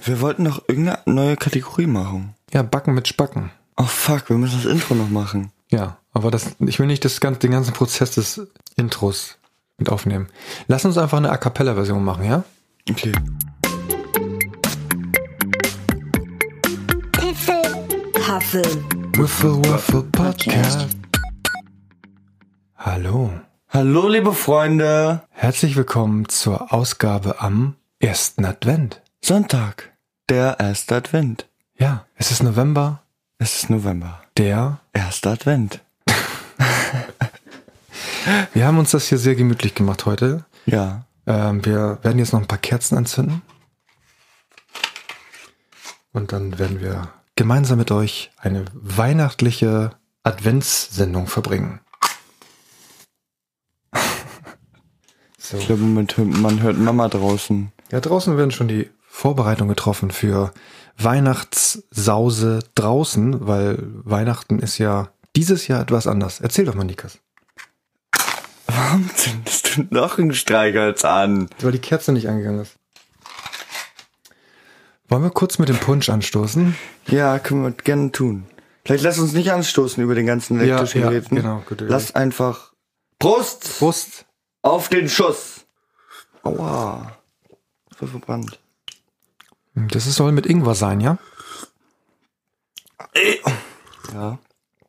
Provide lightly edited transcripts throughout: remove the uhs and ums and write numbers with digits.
Wir wollten noch irgendeine neue Kategorie machen. Ja, Backen mit Spacken. Oh fuck, wir müssen das Intro noch machen. Ja, aber ich will nicht den ganzen Prozess des Intros mit aufnehmen. Lass uns einfach eine A-Cappella-Version machen, ja? Okay. Huffel. Wiffle Waffle Podcast. Hallo. Hallo, liebe Freunde. Herzlich willkommen zur Ausgabe am 1. Advent. Sonntag, der 1. Advent. Ja, es ist November. Es ist November. Der 1. Advent. Wir haben uns das hier sehr gemütlich gemacht heute. Ja. Wir werden jetzt noch ein paar Kerzen anzünden. Und dann werden wir gemeinsam mit euch eine weihnachtliche Adventssendung verbringen. So. Ich glaube, man hört Mama draußen. Ja, draußen werden schon die Vorbereitungen getroffen für Weihnachtssause draußen, weil Weihnachten ist ja dieses Jahr etwas anders. Erzähl doch mal, Nikas. Warum zündest du noch ein Streichholz an? Weil die Kerze nicht angegangen ist. Wollen wir kurz mit dem Punsch anstoßen? Ja, können wir gerne tun. Vielleicht lass uns nicht anstoßen über den ganzen elektrischen Geräten. Genau, gut. Lass einfach Prost! Prost! Auf den Schuss! Aua. Voll verbrannt. Soll mit Ingwer sein, ja? Ja.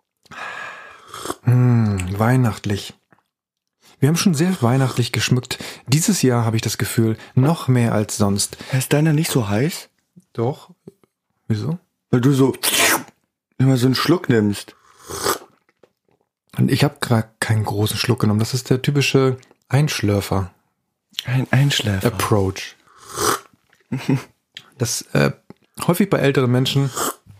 Weihnachtlich. Wir haben schon sehr weihnachtlich geschmückt. Dieses Jahr habe ich das Gefühl, noch mehr als sonst. Ist deiner nicht so heiß? Doch. Wieso? Weil du so immer so einen Schluck nimmst. Und ich habe gerade keinen großen Schluck genommen. Das ist der typische Einschlürfer. Ein Einschläfer. Approach. Das häufig bei älteren Menschen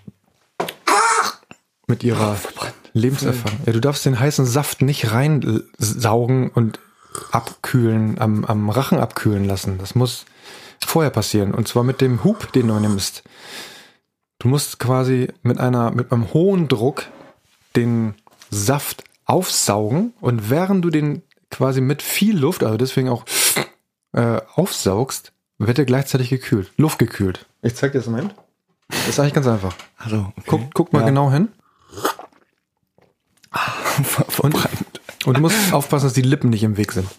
mit ihrer Lebenserfahrung. Ja, du darfst den heißen Saft nicht reinsaugen und abkühlen, am Rachen abkühlen lassen. Das muss vorher passieren. Und zwar mit dem Hub, den du nimmst. Du musst quasi mit einem hohen Druck den Saft aufsaugen und während du den quasi mit viel Luft, also deswegen auch aufsaugst, wird er gleichzeitig gekühlt. Luftgekühlt. Ich zeig dir das mal hin. Das ist eigentlich ganz einfach. Also, okay. Guck mal genau hin. Und du musst aufpassen, dass die Lippen nicht im Weg sind.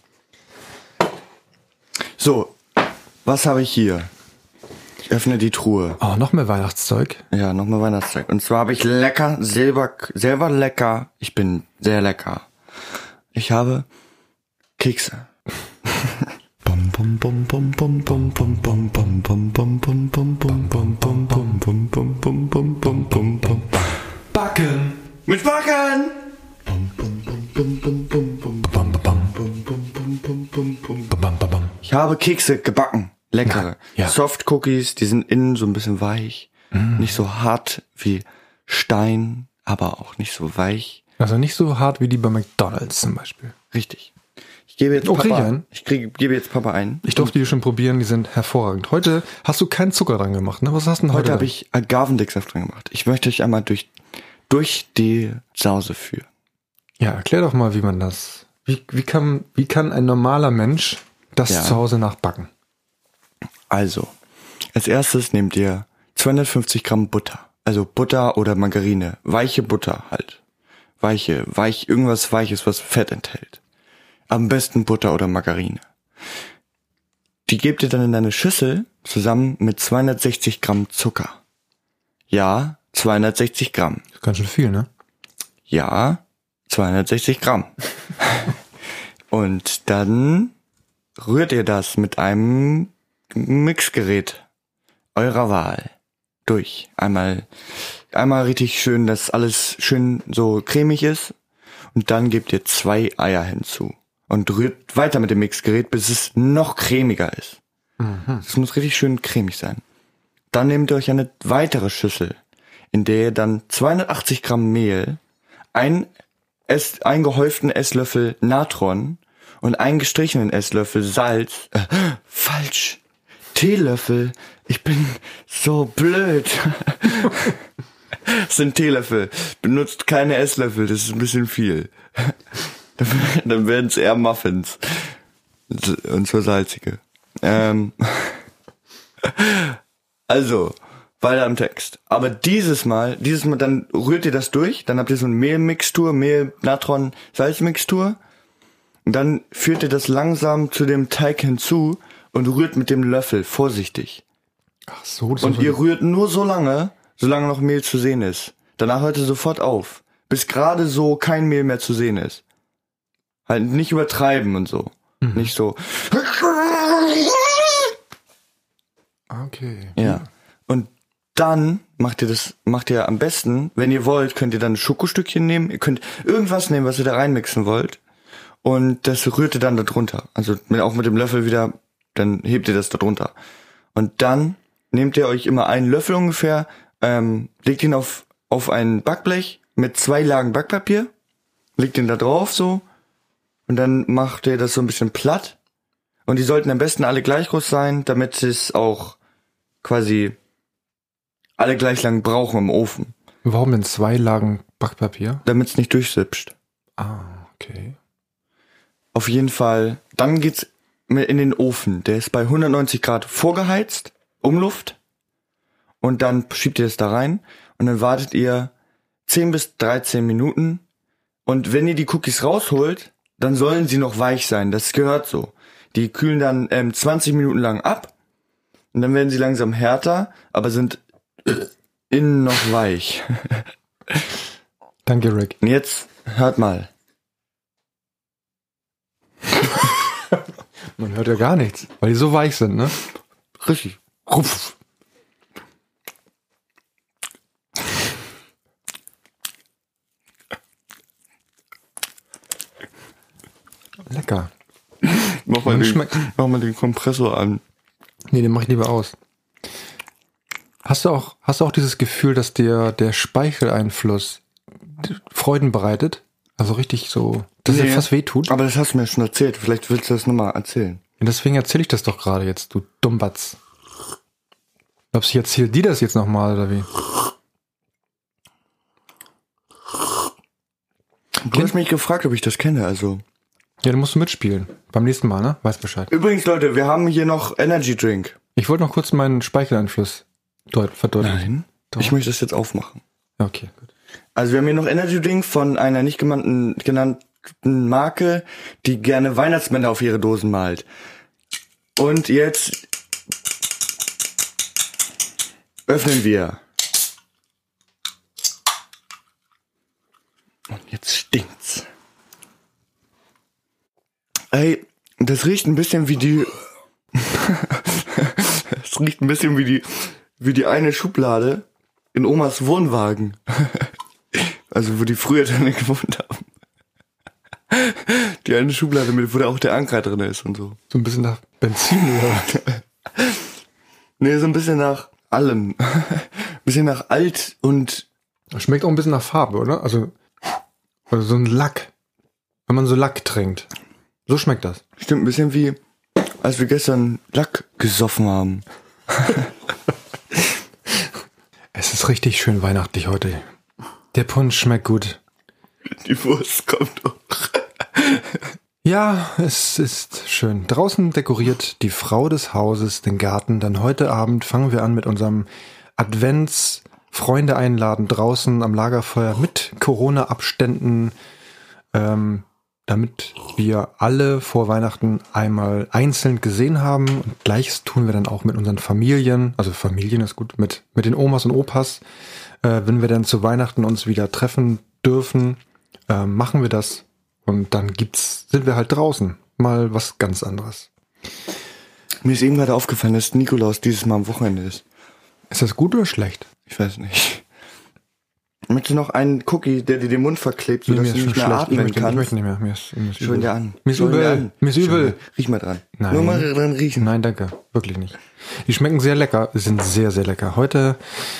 So, was habe ich hier? Ich öffne die Truhe. Oh, noch mehr Weihnachtszeug. Ja, nochmal Weihnachtszeug. Und zwar habe ich selber lecker. Ich bin sehr lecker. Ich habe Kekse. Backen. Mit Backen! Ich habe Kekse gebacken. Leckere. Ja. Soft Cookies, die sind innen so ein bisschen weich. Nicht so hart wie Stein, aber auch nicht so weich. Also nicht so hart wie die bei McDonald's zum Beispiel. Richtig. Ich gebe jetzt krieg ich Papa einen? gebe jetzt Papa ein. Ich durfte die schon probieren, die sind hervorragend. Heute hast du keinen Zucker dran gemacht, ne? Was hast du denn heute? Heute habe ich Agavendicksaft dran gemacht. Ich möchte euch einmal durch die Sause führen. Ja, erklär doch mal, wie man das. Wie kann ein normaler Mensch das zu Hause nachbacken? Also, als erstes nehmt ihr 250 Gramm Butter. Also Butter oder Margarine. Weiche Butter halt. Weich, irgendwas Weiches, was Fett enthält. Am besten Butter oder Margarine. Die gebt ihr dann in eine Schüssel zusammen mit 260 Gramm Zucker. Ja, 260 Gramm. Das ist ganz schön viel, ne? Ja, 260 Gramm. Und dann rührt ihr das mit einem Mixgerät eurer Wahl durch. Einmal richtig schön, dass alles schön so cremig ist. Und dann gebt ihr 2 Eier hinzu. Und rührt weiter mit dem Mixgerät, bis es noch cremiger ist. Es muss richtig schön cremig sein. Dann nehmt ihr euch eine weitere Schüssel, in der ihr dann 280 Gramm Mehl, einen gehäuften Esslöffel Natron und einen gestrichenen Esslöffel Salz, falsch, Teelöffel, ich bin so blöd. Das sind Teelöffel, benutzt keine Esslöffel, das ist ein bisschen viel. Dann werden es eher Muffins. Und zwar salzige. Also, weiter am Text. Aber dieses Mal, dann rührt ihr das durch, dann habt ihr so eine Mehlmixtur, Mehl-Natron-Salzmixtur. Und dann führt ihr das langsam zu dem Teig hinzu und rührt mit dem Löffel vorsichtig. Ach so. Das Und ihr rührt nur solange noch Mehl zu sehen ist. Danach hört ihr sofort auf. Bis gerade so kein Mehl mehr zu sehen ist. Halt nicht übertreiben und so. Nicht so. Okay. Ja. Und dann macht ihr am besten, wenn ihr wollt, könnt ihr dann ein Schokostückchen nehmen. Ihr könnt irgendwas nehmen, was ihr da reinmixen wollt. Und das rührt ihr dann da drunter. Also auch mit dem Löffel wieder, dann hebt ihr das da drunter. Und dann nehmt ihr euch immer einen Löffel ungefähr, legt ihn auf ein Backblech mit 2 Lagen Backpapier, legt ihn da drauf so und dann macht ihr das so ein bisschen platt. Und die sollten am besten alle gleich groß sein, damit es auch quasi alle gleich lang brauchen im Ofen. Warum denn 2 Lagen Backpapier? Damit es nicht durchsipscht. Ah, okay. Auf jeden Fall, dann geht's in den Ofen. Der ist bei 190 Grad vorgeheizt, Umluft. Und dann schiebt ihr das da rein und dann wartet ihr 10 bis 13 Minuten. Und wenn ihr die Cookies rausholt, dann sollen sie noch weich sein. Das gehört so. Die kühlen dann 20 Minuten lang ab und dann werden sie langsam härter, aber sind innen noch weich. Danke, Rick. Und jetzt hört mal. Man hört ja gar nichts, weil die so weich sind, ne? Richtig. Rupf. Lecker. Mach mal den Kompressor an. Nee, den mach ich lieber aus. Hast du auch dieses Gefühl, dass dir der Speicheleinfluss Freuden bereitet? Also richtig so, dass dir fast weh tut? Aber das hast du mir schon erzählt. Vielleicht willst du das nochmal erzählen. Und deswegen erzähle ich das doch gerade jetzt, du Dummbatz. Glaubst du, ich erzähle dir das jetzt nochmal, oder wie? Du hast mich gefragt, ob ich das kenne, also. Ja, dann musst du mitspielen. Beim nächsten Mal, ne? Weiß Bescheid. Übrigens, Leute, wir haben hier noch Energy Drink. Ich wollte noch kurz meinen Speicheleinfluss verdeutlichen. Nein. Doch. Ich möchte das jetzt aufmachen. Okay, gut. Also wir haben hier noch Energy Drink von einer nicht genannten Marke, die gerne Weihnachtsmänner auf ihre Dosen malt. Und jetzt öffnen wir. Und jetzt stinkt's. Ey, das riecht ein bisschen wie die... Es riecht ein bisschen wie die eine Schublade in Omas Wohnwagen. Also wo die früher drin gewohnt haben. Die eine Schublade, wo da auch der Anker drin ist und so. So ein bisschen nach Benzin oder? Nee, so ein bisschen nach allem. Ein bisschen nach alt und... Schmeckt auch ein bisschen nach Farbe, oder? Also so ein Lack. Wenn man so Lack trinkt. So schmeckt das. Stimmt, ein bisschen wie, als wir gestern Lack gesoffen haben. Es ist richtig schön weihnachtlich heute. Der Punsch schmeckt gut. Die Wurst kommt auch. Ja, es ist schön. Draußen dekoriert die Frau des Hauses den Garten. Dann heute Abend fangen wir an mit unserem Advents-Freunde einladen draußen am Lagerfeuer mit Corona-Abständen, damit wir alle vor Weihnachten einmal einzeln gesehen haben. Und Gleiches tun wir dann auch mit unseren Familien. Also Familien ist gut, mit den Omas und Opas. Wenn wir dann zu Weihnachten uns wieder treffen dürfen, machen wir das. Und dann sind wir halt draußen. Mal was ganz anderes. Mir ist eben gerade aufgefallen, dass Nikolaus dieses Mal am Wochenende ist. Ist das gut oder schlecht? Ich weiß nicht. Möchtest du noch einen Cookie, der dir den Mund verklebt, sodass du nicht mehr atmen kannst? Ich möchte nicht mehr. Mir ist Schön dir an. Mir ist übel. Mir ist übel. Riech mal dran. Nein. Nur mal dran riechen. Nein, danke. Wirklich nicht. Die schmecken sehr lecker. Sind sehr, sehr lecker. Heute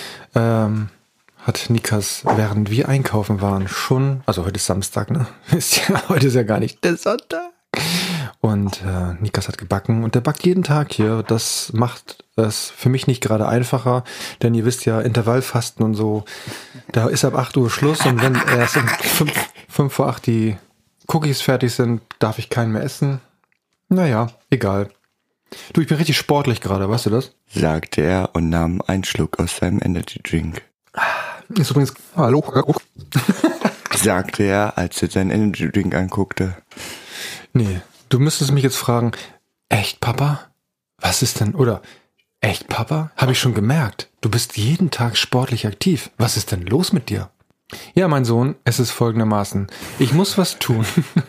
hat Nikas, während wir einkaufen waren, also heute ist Samstag, ne? Heute ist ja gar nicht der Sonntag. Und Nikas hat gebacken und der backt jeden Tag hier. Das macht es für mich nicht gerade einfacher, denn ihr wisst ja, Intervallfasten und so, da ist ab 8 Uhr Schluss und wenn erst um 5 vor 8 die Cookies fertig sind, darf ich keinen mehr essen. Naja, egal. Du, ich bin richtig sportlich gerade, weißt du das? sagte er und nahm einen Schluck aus seinem Energy Drink. Ist übrigens... Hallo? Sagte er, als er seinen Energy Drink anguckte. Nee, du müsstest mich jetzt fragen, echt, Papa? Was ist denn... Oder, echt, Papa? Habe ich schon gemerkt. Du bist jeden Tag sportlich aktiv. Was ist denn los mit dir? Ja, mein Sohn, es ist folgendermaßen. Ich muss was tun.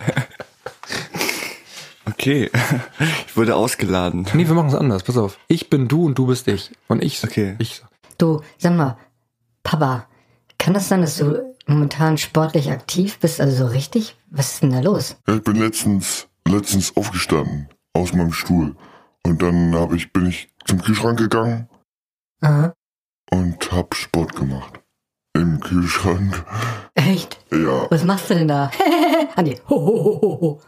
Okay, ich wurde ausgeladen. Nee, wir machen es anders. Pass auf. Ich bin du und du bist ich. Und ich... Okay. Du, sag mal, Papa, kann das sein, dass du momentan sportlich aktiv bist? Also so richtig? Was ist denn da los? Ja, ich bin letztens aufgestanden aus meinem Stuhl. Und dann bin ich zum Kühlschrank gegangen Aha. und hab Sport gemacht. Im Kühlschrank. Echt? Ja. Was machst du denn da? Andi, ho, ho, ho, ho, ho.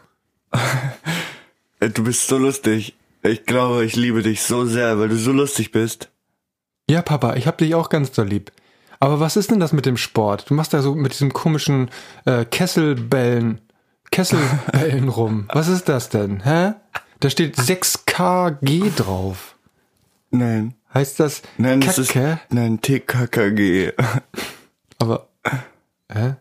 Du bist so lustig. Ich glaube, ich liebe dich so sehr, weil du so lustig bist. Ja, Papa, ich hab dich auch ganz doll lieb. Aber was ist denn das mit dem Sport? Du machst da so mit diesem komischen Kesselbällen rum. Was ist das denn, hä? Da steht 6KG drauf. Nein. Heißt das Nein, das ist... Kacke? Nein, TKKG. Aber, hä?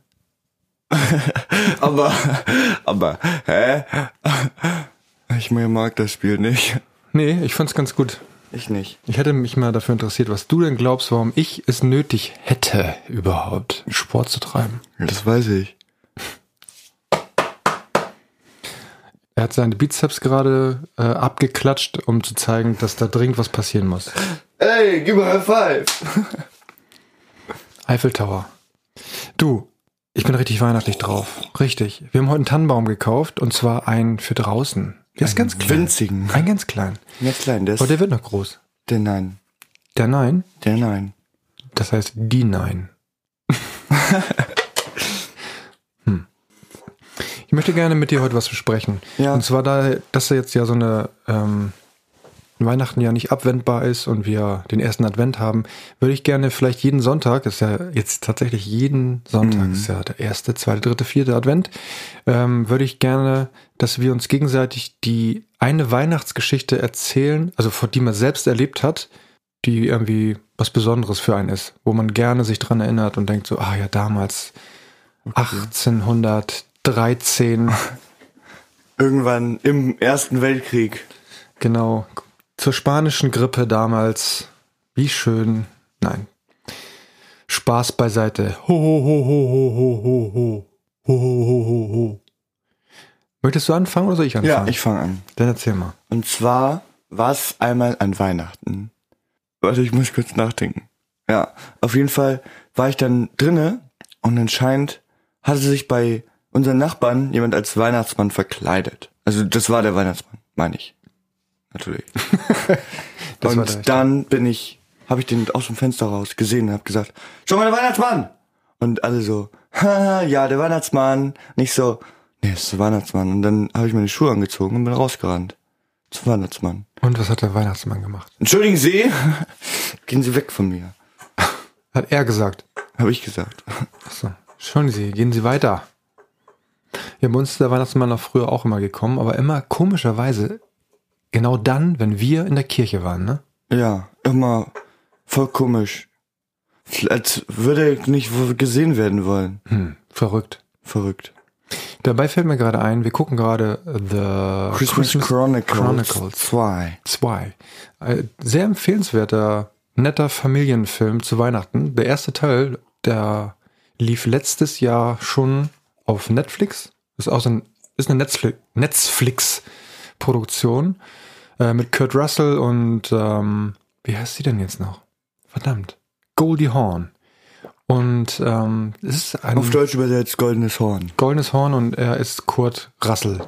aber, hä? Ich mag das Spiel nicht. Nee, ich fand's ganz gut. Ich nicht. Ich hätte mich mal dafür interessiert, was du denn glaubst, warum ich es nötig hätte, überhaupt Sport zu treiben. Ja, das weiß ich. Er hat seine Bizeps gerade abgeklatscht, um zu zeigen, dass da dringend was passieren muss. Ey, gib mal High Five. Eiffel Tower. Du, ich bin richtig weihnachtlich drauf. Richtig. Wir haben heute einen Tannenbaum gekauft und zwar einen für draußen. Der ist ganz klein. Winzigen. Ein ganz klein. Ganz klein, Aber der wird noch groß. Der Nein. Der Nein? Der Nein. Das heißt die Nein. Ich möchte gerne mit dir heute was besprechen. Ja. Und zwar, da das jetzt ja so eine Weihnachten ja nicht abwendbar ist und wir den ersten Advent haben, würde ich gerne vielleicht jeden Sonntag, ist ja jetzt tatsächlich jeden Sonntag, ist ja der erste, zweite, dritte, vierte Advent, würde ich gerne, dass wir uns gegenseitig die eine Weihnachtsgeschichte erzählen, also von die man selbst erlebt hat, die irgendwie was Besonderes für einen ist, wo man gerne sich dran erinnert und denkt so, ah ja, damals 1813. Irgendwann im Ersten Weltkrieg. Genau. Zur spanischen Grippe damals. Wie schön. Nein. Spaß beiseite. Ho, ho, ho, ho, ho, ho, ho, ho. Ho, ho, ho, ho, ho. Möchtest du anfangen oder soll ich anfangen? Ja, ich fange an. Dann erzähl mal. Und zwar war es einmal an Weihnachten. Warte, ich muss kurz nachdenken. Ja, auf jeden Fall war ich dann drinne und anscheinend hatte sich bei unseren Nachbarn jemand als Weihnachtsmann verkleidet. Also das war der Weihnachtsmann, meine ich. Natürlich. Und dann habe ich den aus dem Fenster raus gesehen und habe gesagt, schau mal, der Weihnachtsmann! Und alle so, haha, ja, der Weihnachtsmann. Nicht so, nee, das ist der Weihnachtsmann. Und dann habe ich meine Schuhe angezogen und bin rausgerannt. Zum Weihnachtsmann. Und was hat der Weihnachtsmann gemacht? Entschuldigen Sie, gehen Sie weg von mir. Hat er gesagt. Habe ich gesagt. Achso. Entschuldigen Sie, gehen Sie weiter. Ja, bei uns ist der Weihnachtsmann auch früher auch immer gekommen, aber immer komischerweise genau dann, wenn wir in der Kirche waren, ne? Ja, immer voll komisch. Als würde er nicht gesehen werden wollen. Verrückt. Verrückt. Dabei fällt mir gerade ein, wir gucken gerade The Christmas Chronicles 2. Sehr empfehlenswerter, netter Familienfilm zu Weihnachten. Der erste Teil, der lief letztes Jahr schon auf Netflix. Ist eine Netflix-Produktion mit Kurt Russell und wie heißt sie denn jetzt noch? Verdammt. Goldie Hawn. Und es ist ein Auf Deutsch übersetzt Goldenes Horn. Goldenes Horn und er ist Kurt Russell.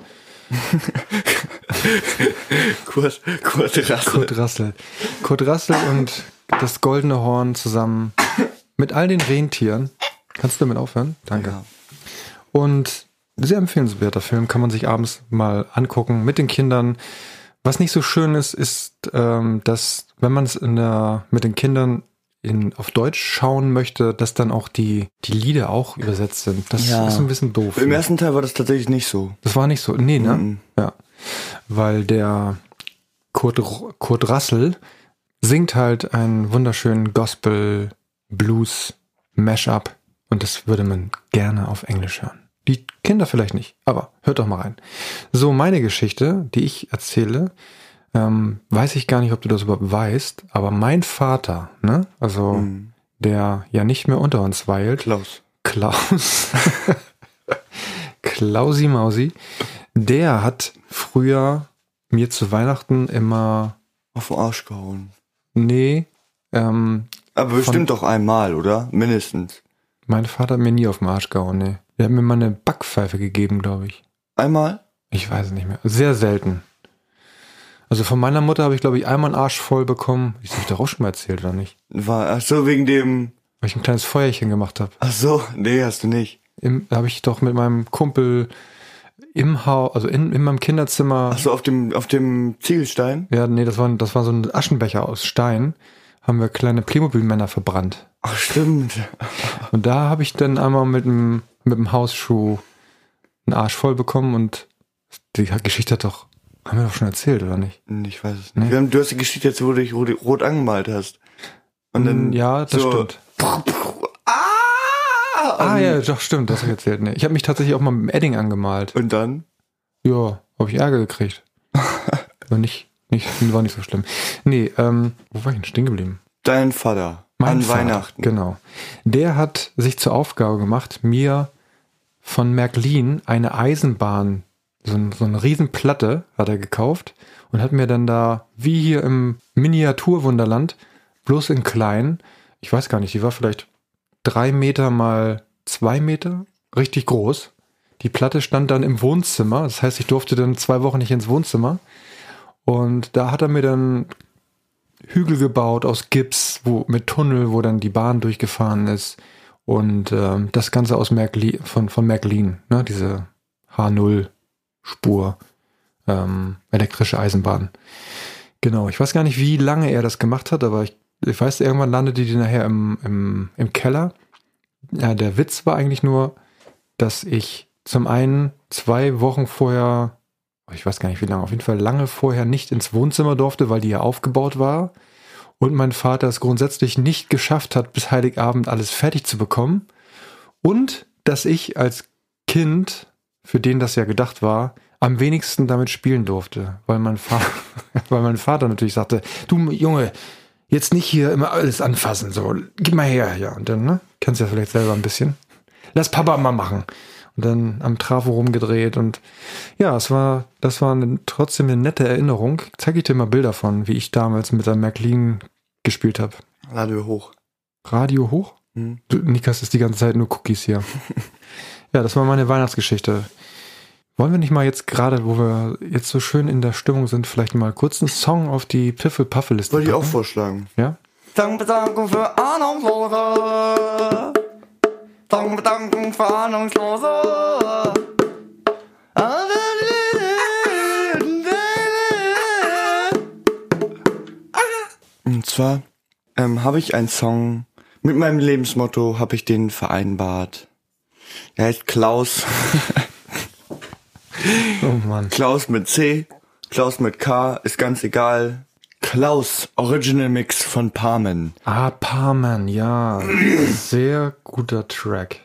Kurt Russell. Kurt Russell und das Goldene Horn zusammen mit all den Rentieren. Kannst du damit aufhören? Danke. Ja. Und sehr empfehlenswerter Film, kann man sich abends mal angucken mit den Kindern. Was nicht so schön ist, dass wenn man es mit den Kindern auf Deutsch schauen möchte, dass dann auch die Lieder auch übersetzt sind. Das ist ein bisschen doof. Im ersten Teil war das tatsächlich nicht so. Das war nicht so. Nee, ne? Ja. Weil der Kurt Russell singt halt einen wunderschönen Gospel-Blues-Mashup und das würde man gerne auf Englisch hören. Die Kinder vielleicht nicht, aber hört doch mal rein. So, meine Geschichte, die ich erzähle, weiß ich gar nicht, ob du das überhaupt weißt, aber mein Vater, ne, also der ja nicht mehr unter uns weilt, Klaus, Klausi Mausi, der hat früher mir zu Weihnachten immer auf den Arsch gehauen. Nee. Aber bestimmt doch einmal, oder? Mindestens. Mein Vater hat mir nie auf den Arsch gehauen, nee. Der hat mir mal eine Backpfeife gegeben, glaube ich. Einmal? Ich weiß es nicht mehr. Sehr selten. Also von meiner Mutter habe ich, glaube ich, einmal einen Arsch voll bekommen. Ich habe doch auch schon mal erzählt, oder nicht? Ach so, wegen dem... Weil ich ein kleines Feuerchen gemacht habe. Ach so, nee, hast du nicht. Da habe ich doch mit meinem Kumpel im Haus, also in meinem Kinderzimmer... Ach so, auf dem Ziegelstein? Ja, nee, das war so ein Aschenbecher aus Stein. Haben wir kleine Playmobil-Männer verbrannt. Ach, stimmt. Und da habe ich dann einmal mit dem Hausschuh einen Arsch voll bekommen und die Geschichte haben wir doch schon erzählt, oder nicht? Ich weiß es nicht. Nee? Du hast die Geschichte jetzt, wo du dich rot angemalt hast. Und dann ja, das stimmt. Ja, doch, stimmt, das habe ich erzählt. Nee, ich habe mich tatsächlich auch mal mit dem Edding angemalt. Und dann? Ja, habe ich Ärger gekriegt. Aber war nicht so schlimm. Nee, wo war ich denn stehen geblieben? Dein Vater. An Weihnachten. Genau. Der hat sich zur Aufgabe gemacht, mir von Märklin eine Eisenbahn, so eine Riesenplatte hat er gekauft und hat mir dann da, wie hier im Miniaturwunderland, bloß in klein, ich weiß gar nicht, die war vielleicht 3 Meter mal 2 Meter, richtig groß. Die Platte stand dann im Wohnzimmer, das heißt, ich durfte dann 2 Wochen nicht ins Wohnzimmer. Und da hat er mir dann Hügel gebaut aus Gips, mit Tunnel, wo dann die Bahn durchgefahren ist. Und das Ganze aus von Märklin, ne, diese H0-Spur, elektrische Eisenbahn. Genau, ich weiß gar nicht, wie lange er das gemacht hat, aber ich weiß, irgendwann landete die nachher im Keller. Ja, der Witz war eigentlich nur, dass ich zum einen 2 Wochen vorher, ich weiß gar nicht wie lange, auf jeden Fall lange vorher nicht ins Wohnzimmer durfte, weil die ja aufgebaut war. Und mein Vater es grundsätzlich nicht geschafft hat, bis Heiligabend alles fertig zu bekommen. Und dass ich als Kind, für den das ja gedacht war, am wenigsten damit spielen durfte. Weil mein Vater natürlich sagte, du Junge, jetzt nicht hier immer alles anfassen, so, gib mal her, ja. Und dann, ne, kannst du ja vielleicht selber ein bisschen. Lass Papa mal machen. Und dann am Trafo rumgedreht und ja, das war trotzdem eine nette Erinnerung. Zeige ich dir mal Bilder von, wie ich damals mit einem Märklin gespielt habe. Radio hoch. Radio hoch? Du, Nikas ist die ganze Zeit nur Cookies hier. Ja, das war meine Weihnachtsgeschichte. Wollen wir nicht mal jetzt gerade, wo wir jetzt so schön in der Stimmung sind, vielleicht mal kurz einen Song auf die Piffel-Paffel-Liste Wollte ich auch vorschlagen. Ja? Danke für Ahnungslose. Danke für Ahnungslose. Und zwar habe ich einen Song, mit meinem Lebensmotto habe ich den vereinbart. Der heißt Klaus. Oh Mann. Klaus mit C, Klaus mit K, ist ganz egal. Klaus, Original Mix von Parman. Ah, Parman, ja. Sehr guter Track.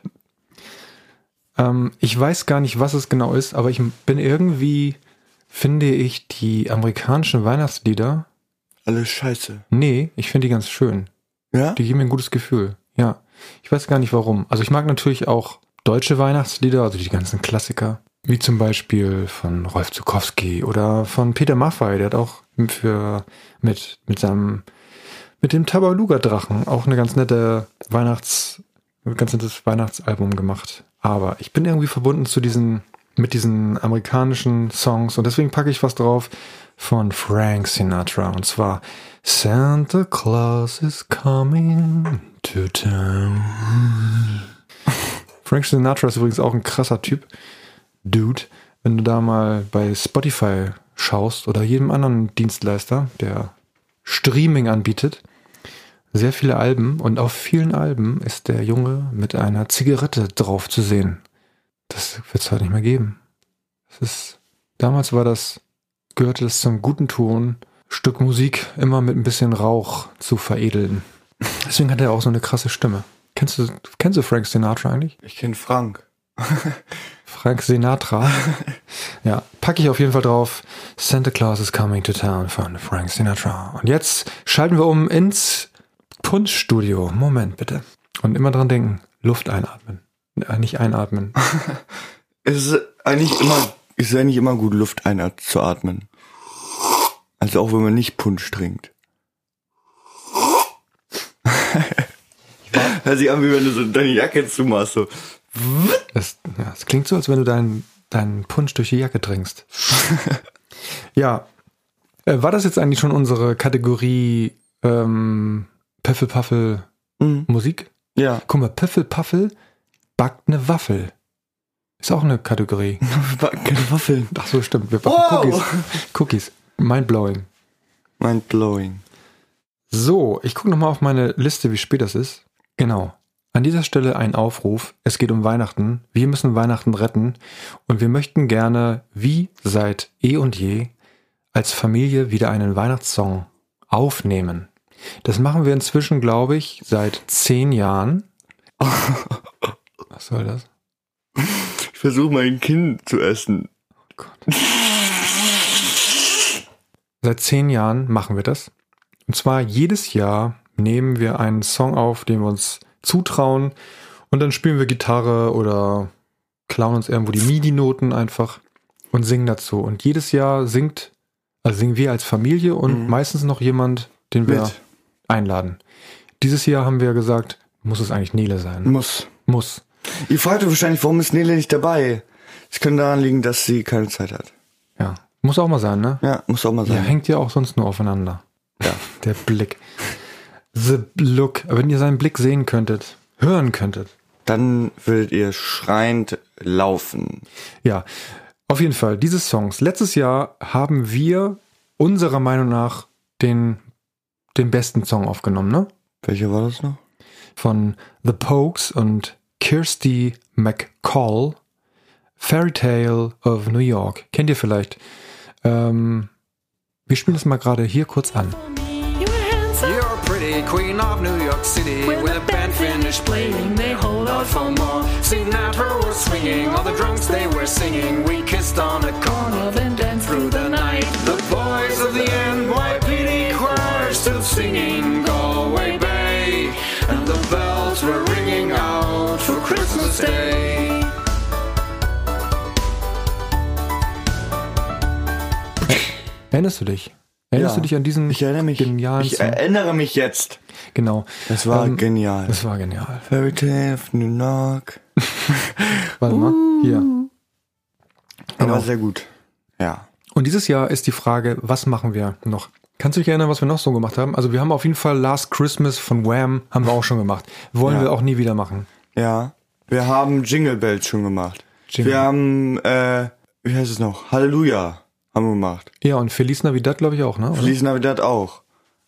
Ich weiß gar nicht, was es genau ist, aber ich bin irgendwie, finde ich, die amerikanischen Weihnachtslieder. Alles scheiße. Nee, ich finde die ganz schön. Ja? Die geben mir ein gutes Gefühl. Ja. Ich weiß gar nicht warum. Also ich mag natürlich auch deutsche Weihnachtslieder, also die ganzen Klassiker. Wie zum Beispiel von Rolf Zuckowski oder von Peter Maffay, der hat auch mit dem Tabaluga-Drachen auch ein ganz nettes Weihnachtsalbum gemacht. Aber ich bin irgendwie verbunden mit diesen amerikanischen Songs und deswegen packe ich was drauf von Frank Sinatra und zwar Santa Claus is coming to town. Frank Sinatra ist übrigens auch ein krasser Typ. Dude, wenn du da mal bei Spotify schaust oder jedem anderen Dienstleister, der Streaming anbietet, sehr viele Alben und auf vielen Alben ist der Junge mit einer Zigarette drauf zu sehen. Das wird es heute nicht mehr geben. Damals gehörte das zum guten Ton, Stück Musik immer mit ein bisschen Rauch zu veredeln. Deswegen hat er auch so eine krasse Stimme. Kennst du Frank Sinatra eigentlich? Ich kenne Frank. Frank Sinatra. Ja, packe ich auf jeden Fall drauf. Santa Claus is Coming to Town von Frank Sinatra. Und jetzt schalten wir um ins Punschstudio. Moment bitte. Und immer dran denken, Luft einatmen. Nicht einatmen. Es ist eigentlich immer gut, Luft einzuatmen. Also auch wenn man nicht Punsch trinkt. Hört sich an, wie wenn du so deine Jacke zumachst. So. Es klingt so, als wenn du deinen Punsch durch die Jacke trinkst. Ja. War das jetzt eigentlich schon unsere Kategorie Peffelpaffel Musik? Ja. Guck mal, Peffelpaffel backt eine Waffel. Ist auch eine Kategorie. Wir backen keine Waffeln. Ach so, stimmt. Wir backen Cookies. Mindblowing. Mindblowing. So, ich gucke nochmal auf meine Liste, wie spät das ist. Genau. An dieser Stelle ein Aufruf. Es geht um Weihnachten. Wir müssen Weihnachten retten. Und wir möchten gerne, wie seit eh und je, als Familie wieder einen Weihnachtssong aufnehmen. Das machen wir inzwischen, glaube ich, seit 10 Jahren. Was soll das? Ich versuche mein Kind zu essen. Oh Gott. Seit 10 Jahren machen wir das. Und zwar jedes Jahr nehmen wir einen Song auf, den wir uns zutrauen. Und dann spielen wir Gitarre oder klauen uns irgendwo die MIDI-Noten einfach und singen dazu. Und jedes Jahr singen wir als Familie und meistens noch jemand, den wir einladen. Dieses Jahr haben wir gesagt, muss es eigentlich Nele sein. Muss. Ihr fragt euch wahrscheinlich, warum ist Nele nicht dabei? Es könnte daran liegen, dass sie keine Zeit hat. Ja, muss auch mal sein, ne? Ja, muss auch mal sein. Ja, hängt ja auch sonst nur aufeinander. Ja, der Blick. The look. Wenn ihr seinen Blick sehen könntet, hören könntet. Dann würdet ihr schreiend laufen. Ja, auf jeden Fall, diese Songs. Letztes Jahr haben wir unserer Meinung nach den besten Song aufgenommen, ne? Welcher war das noch? Von The Pogues und Kirsty McCall, Fairy Tale of New York. Kennt ihr vielleicht? Wir spielen das mal gerade hier kurz an. You're a pretty queen of New York City. When the band finished playing, they hold out for more. Sinatra was swinging, all the drunks they were singing. We kissed on a corner, then danced through the night. The boys of the NYPD choir still singing Galway Bay, and the bells were ringing out for Christmas Day. Erinnerst du dich? Erinnerst du dich an diesen genialen Ich Song? erinnere mich jetzt. Genau. Das war genial. Das war genial. Fairy Tale of New York. Warte mal, hier. Genau. Aber sehr gut. Ja. Und dieses Jahr ist die Frage, was machen wir noch? Kannst du dich erinnern, was wir noch so gemacht haben? Also wir haben auf jeden Fall Last Christmas von Wham haben wir auch schon gemacht. Wollen wir auch nie wieder machen. Ja. Wir haben Jingle Bells schon gemacht. Wir haben, wie heißt es noch? Halleluja haben wir gemacht. Ja, und Feliz Navidad, glaube ich, auch, ne? Oder? Feliz Navidad auch.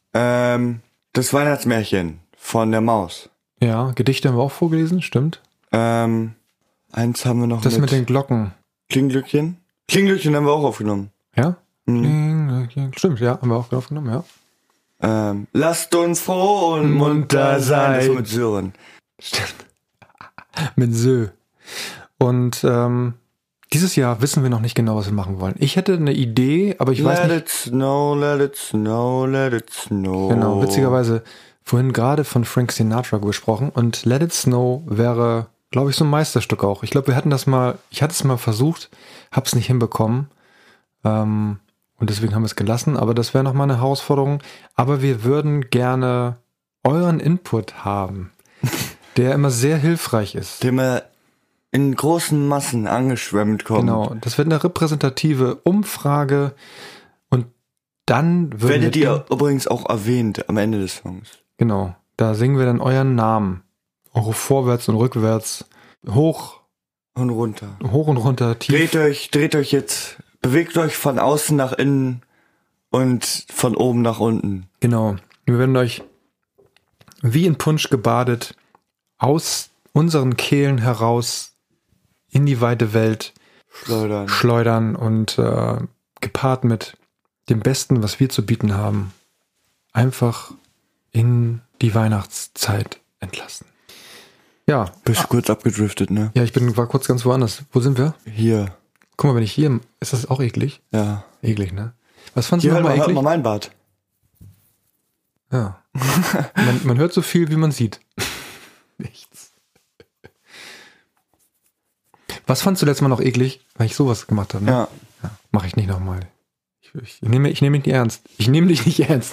Das Weihnachtsmärchen von der Maus. Ja, Gedichte haben wir auch vorgelesen, stimmt. Eins haben wir noch das mit den Glocken. Klinglöckchen? Klinglöckchen haben wir auch aufgenommen. Ja? Klinglöckchen. Stimmt, ja, haben wir auch aufgenommen, ja. Lasst uns froh und munter sein. Das ist mit Sören. Stimmt. Mit Sö. Und dieses Jahr wissen wir noch nicht genau, was wir machen wollen. Ich hätte eine Idee, aber ich weiß nicht. Let it snow, let it snow, let it snow. Genau, witzigerweise vorhin gerade von Frank Sinatra gesprochen und Let It Snow wäre, glaube ich, so ein Meisterstück auch. Ich glaube, ich hatte es mal versucht, hab's nicht hinbekommen und deswegen haben wir es gelassen, aber das wäre nochmal eine Herausforderung. Aber wir würden gerne euren Input haben, der immer sehr hilfreich ist. Der immer in großen Massen angeschwemmt kommt. Genau, das wird eine repräsentative Umfrage und dann werdet ihr übrigens auch erwähnt am Ende des Songs. Genau, da singen wir dann euren Namen. Auch vorwärts und rückwärts, hoch und runter. Hoch und runter, tief. Dreht euch jetzt, bewegt euch von außen nach innen und von oben nach unten. Genau, wir werden euch wie in Punsch gebadet aus unseren Kehlen heraus in die weite Welt schleudern und gepaart mit dem Besten, was wir zu bieten haben, einfach in die Weihnachtszeit entlassen. Ja. Bist du kurz abgedriftet, ne? Ja, war kurz ganz woanders. Wo sind wir? Hier. Guck mal, wenn ich hier, ist das auch eklig? Ja. Eklig, ne? Was fandst du Hier, nochmal hört eklig? mal mein Bad. Ja. man hört so viel, wie man sieht. Nichts. Was fandst du letztes Mal noch eklig, weil ich sowas gemacht habe? Ne? Ja. Mach ich nicht nochmal. Ich nehme dich nicht ernst. Ich nehme dich nicht ernst.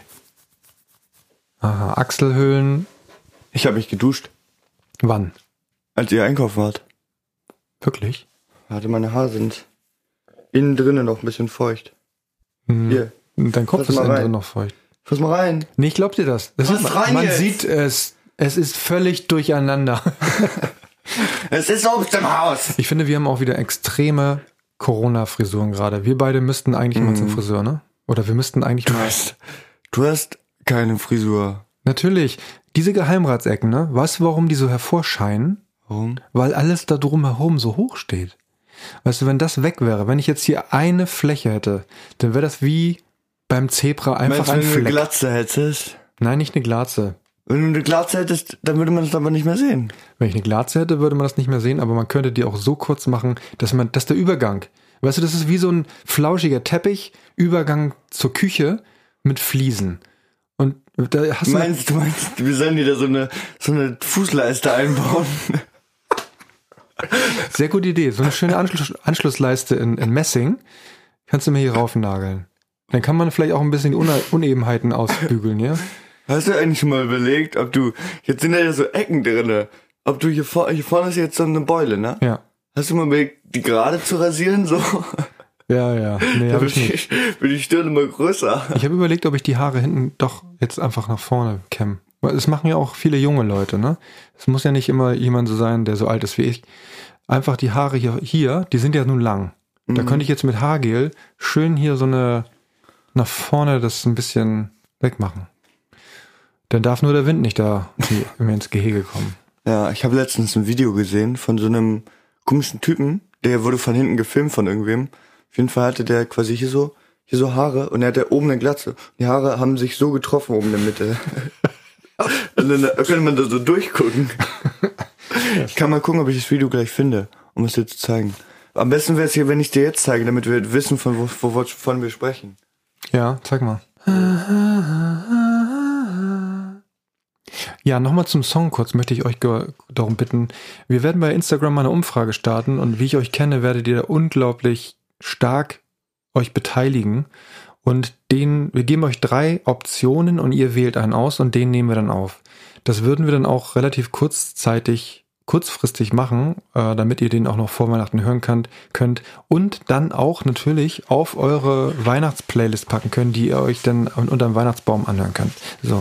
Aha, Achselhöhlen. Ich habe mich geduscht, Wann? als ihr einkaufen wart. Wirklich? Warte, meine Haare sind innen drinnen noch ein bisschen feucht. Hier. Dein Kopf Fass ist mal innen rein. drin noch feucht. Fass mal rein. Nee, ich glaub dir das. Fass rein man jetzt. sieht es. Es ist völlig durcheinander. Es ist Obst im Haus. Ich finde, wir haben auch wieder extreme Corona-Frisuren gerade. Wir beide müssten eigentlich mal zum Friseur, ne? Oder wir müssten eigentlich mal... Du hast keine Frisur. Natürlich. Diese Geheimratsecken, ne? Weißt du, warum die so hervorscheinen? Warum? Weil alles da drumherum so hoch steht. Weißt du, wenn das weg wäre, wenn ich jetzt hier eine Fläche hätte, dann wäre das wie beim Zebra einfach Meinst du, ein wenn du eine Fleck. Glatze hättest? Nein, nicht eine Glatze. Wenn du eine Glatze hättest, dann würde man es aber nicht mehr sehen. Wenn ich eine Glatze hätte, würde man das nicht mehr sehen, aber man könnte die auch so kurz machen, dass der Übergang, weißt du, das ist wie so ein flauschiger Teppich, Übergang zur Küche mit Fliesen. Und da hast Du meinst, wir sollen dir da so eine Fußleiste einbauen? sehr gute Idee, so eine schöne Anschlussleiste in Messing, kannst du mir hier raufnageln. Dann kann man vielleicht auch ein bisschen die Unebenheiten ausbügeln, ja? Hast du eigentlich schon mal überlegt, ob du, jetzt sind ja so Ecken drinne, ob du hier vorne ist jetzt so eine Beule, ne? Ja. Hast du mal überlegt, die gerade zu rasieren, so? Ja. Nee, Da hab wird ich nicht. die Stirn immer größer. Ich habe überlegt, ob ich die Haare hinten doch jetzt einfach nach vorne kämme. Weil es machen ja auch viele junge Leute, ne? Es muss ja nicht immer jemand so sein, der so alt ist wie ich. Einfach die Haare hier, die sind ja nun lang. Da könnte ich jetzt mit Haargel schön hier so eine nach vorne das ein bisschen wegmachen. Dann darf nur der Wind nicht da mir ins Gehege kommen. Ja, ich habe letztens ein Video gesehen von so einem komischen Typen, der wurde von hinten gefilmt von irgendwem. Auf jeden Fall hatte der quasi hier so Haare und er hatte oben eine Glatze. Die Haare haben sich so getroffen oben in der Mitte. Und dann könnte man da so durchgucken. Ich kann mal gucken, ob ich das Video gleich finde, um es dir zu zeigen. Am besten wäre es hier, wenn ich dir jetzt zeige, damit wir wissen, wovon wir sprechen. Ja, zeig mal. Ja, nochmal zum Song kurz möchte ich euch darum bitten. Wir werden bei Instagram mal eine Umfrage starten und wie ich euch kenne, werdet ihr da unglaublich stark euch beteiligen und wir geben euch 3 Optionen und ihr wählt einen aus und den nehmen wir dann auf. Das würden wir dann auch relativ kurzfristig machen, damit ihr den auch noch vor Weihnachten hören könnt und dann auch natürlich auf eure Weihnachtsplaylist packen könnt, die ihr euch dann unter dem Weihnachtsbaum anhören könnt. So.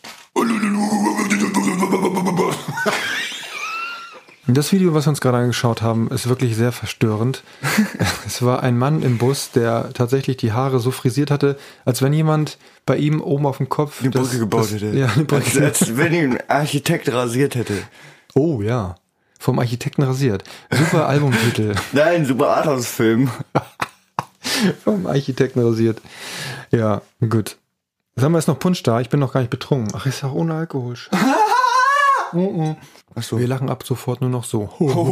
Das Video, was wir uns gerade angeschaut haben, ist wirklich sehr verstörend. Es war ein Mann im Bus, der tatsächlich die Haare so frisiert hatte, als wenn jemand bei ihm oben auf dem Kopf Die Brücke gebaut hätte. Ja, eine Brücke. Als wenn ihn ein Architekt rasiert hätte. Oh ja, vom Architekten rasiert. Super Albumtitel. Nein, super Arthouse-Film. Vom Architekten rasiert. Ja, gut. Sagen wir, ist noch Punsch da? Ich bin noch gar nicht betrunken. Ach, ist auch ohne Alkohol. Ach so. Wir lachen ab sofort nur noch so.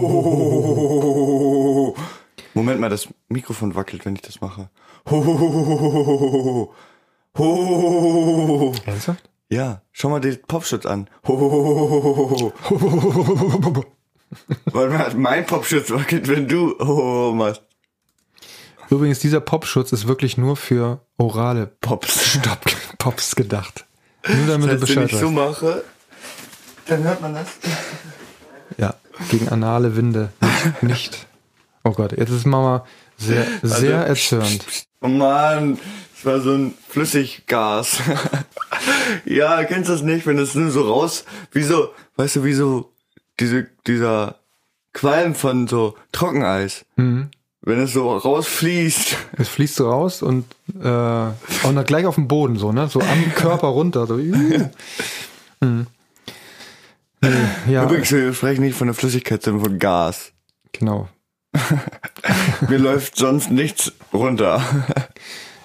Moment mal, das Mikrofon wackelt, wenn ich das mache. Ernsthaft? Ja, schau mal den Popschutz an. Warte mal, mein Popschutz wackelt, wenn du machst. Übrigens, dieser Popschutz ist wirklich nur für orale Pops gedacht. Nur damit du Das heißt, wenn Bescheid ich so weißt. mache, dann hört man das. Ja, gegen anale Winde nicht. Oh Gott, jetzt ist Mama sehr erzürnt. Oh Mann, das war so ein Flüssiggas. Ja, kennst du das nicht, wenn das nur so raus, wie so dieser Qualm von so Trockeneis. Mhm. Wenn es so rausfließt. Es fließt so raus und dann gleich auf dem Boden so, ne? So am Körper runter. So. Mhm. Ja, Übrigens, wir sprechen nicht von der Flüssigkeit, sondern von Gas. genau. Mir läuft sonst nichts runter. Ja,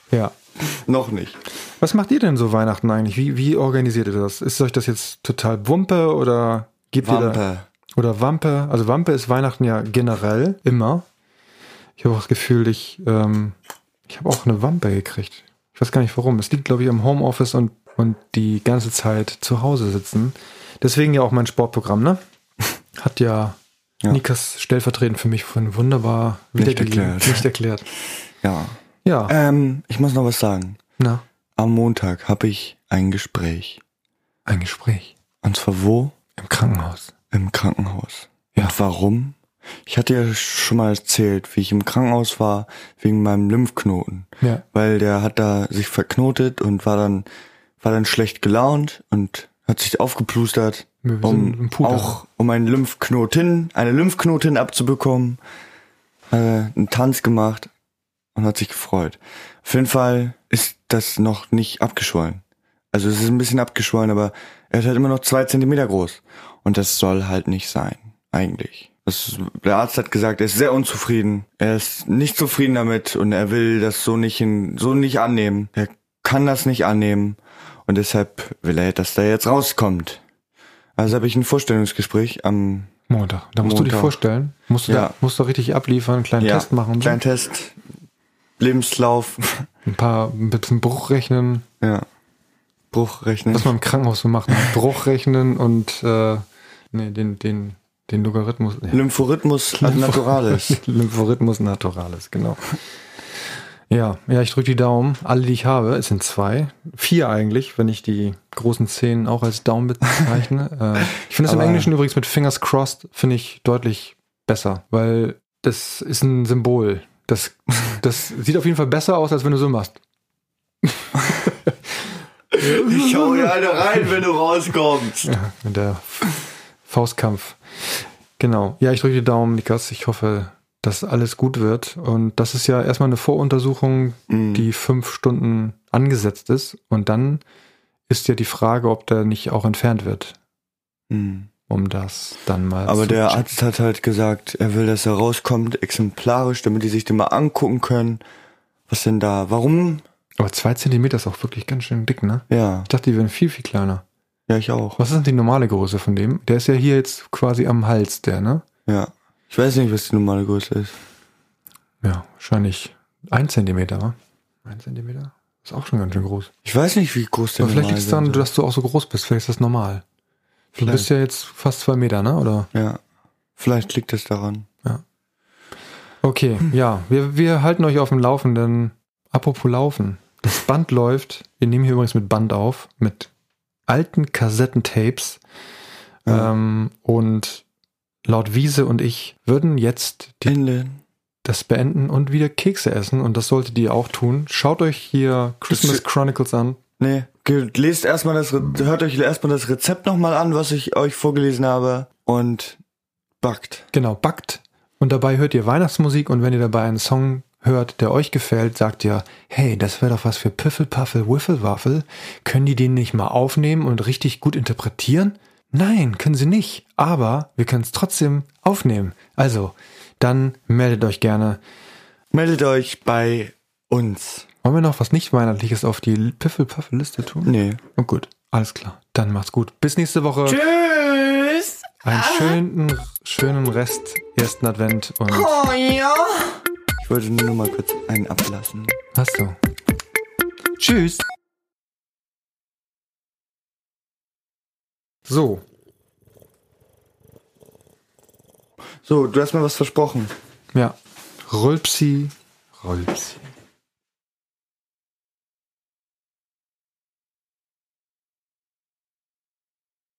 Noch nicht. Was macht ihr denn so Weihnachten eigentlich? Wie organisiert ihr das? Ist euch das jetzt total Wumpe oder gebt ihr da... Wampe. Oder Wampe. Also Wampe ist Weihnachten ja generell immer. Ich habe auch das Gefühl, ich habe auch eine Wampe gekriegt. Ich weiß gar nicht warum. Es liegt, glaube ich, am Homeoffice und die ganze Zeit zu Hause sitzen. Deswegen ja auch mein Sportprogramm, ne? Hat ja Nikas stellvertretend für mich von wunderbar wiedergegeben. Nicht erklärt. Ja. Ja. Ich muss noch was sagen. Na? Am Montag habe ich ein Gespräch. Ein Gespräch. Und zwar wo? Im Krankenhaus. Im Krankenhaus. Ja. Und warum? Ich hatte ja schon mal erzählt, wie ich im Krankenhaus war, wegen meinem Lymphknoten. Ja. Weil der hat da sich verknotet und war dann schlecht gelaunt und hat sich aufgeplustert, um eine Lymphknotin abzubekommen. Einen Tanz gemacht und hat sich gefreut. Auf jeden Fall ist das noch nicht abgeschwollen. Also es ist ein bisschen abgeschwollen, aber er ist halt immer noch 2 Zentimeter groß. Und das soll halt nicht sein, eigentlich. Der Arzt hat gesagt, er ist sehr unzufrieden. Er ist nicht zufrieden damit und er will das so nicht annehmen. Er kann das nicht annehmen und deshalb will er, dass der jetzt rauskommt. Also habe ich ein Vorstellungsgespräch am Montag. Da musst du dich vorstellen. Musst du richtig abliefern, einen kleinen Test machen. Einen kleinen Test, Lebenslauf. Ein bisschen Bruch rechnen. Ja. Bruch rechnen. Was man im Krankenhaus so macht. Bruch rechnen und den Logarithmus. Nee. Lymphorhythmus naturalis. Lymphorhythmus naturalis, genau. Ja, ich drücke die Daumen. Alle, die ich habe, es sind 2. 4 eigentlich, wenn ich die großen Zehen auch als Daumen bezeichne. Ich finde es im Englischen übrigens mit Fingers crossed, finde ich deutlich besser, weil das ist ein Symbol. Das sieht auf jeden Fall besser aus, als wenn du so machst. Ich schau dir eine rein, wenn du rauskommst. Ja, der Faustkampf. Genau. Ja, ich drücke die Daumen, Nikas. Ich hoffe, dass alles gut wird. Und das ist ja erstmal eine Voruntersuchung, die 5 Stunden angesetzt ist. Und dann ist ja die Frage, ob der nicht auch entfernt wird. Um das dann mal Aber zu der checken. Arzt hat halt gesagt, er will, dass er rauskommt, exemplarisch, damit die sich den mal angucken können. Was denn da? Warum? Aber 2 Zentimeter ist auch wirklich ganz schön dick, ne? Ja. Ich dachte, die wären viel, viel kleiner. Ja, ich auch. Was ist denn die normale Größe von dem? Der ist ja hier jetzt quasi am Hals, der, ne? Ja. Ich weiß nicht, was die normale Größe ist. Ja, wahrscheinlich 1 Zentimeter, wa? 1 Zentimeter? Ist auch schon ganz schön groß. Ich weiß nicht, wie groß der Aber vielleicht normal liegt es daran, sein soll. dass du auch so groß bist. Vielleicht ist das normal. Du bist ja jetzt fast 2 Meter, ne? Oder? Ja. Vielleicht liegt es daran. Okay, ja. Wir halten euch auf dem Laufenden. Apropos Laufen. Das Band läuft. Wir nehmen hier übrigens mit Band auf. Mit alten Kassettentapes. Ja. Und laut Wiese und ich würden jetzt das beenden und wieder Kekse essen. Und das solltet ihr auch tun. Schaut euch hier Christmas Chronicles an. Nee, hört euch erstmal das Rezept nochmal an, was ich euch vorgelesen habe und backt. Genau, backt. Und dabei hört ihr Weihnachtsmusik und wenn ihr dabei einen Song hört, der euch gefällt, sagt ihr, hey, das wäre doch was für Piffel, Puffel, Wiffel, Waffel. Können die den nicht mal aufnehmen und richtig gut interpretieren? Nein, können sie nicht. Aber wir können es trotzdem aufnehmen. Also, dann meldet euch gerne. Meldet euch bei uns. Wollen wir noch was nicht Weihnachtliches auf die Piffel-Puffel-Liste tun? Nee. Oh, gut, alles klar. Dann macht's gut. Bis nächste Woche. Tschüss. Einen schönen Rest, ersten Advent und... Oh ja. Ich wollte nur noch mal kurz einen ablassen. Hast du. Tschüss. So. So, du hast mir was versprochen. Ja. Rülpsi.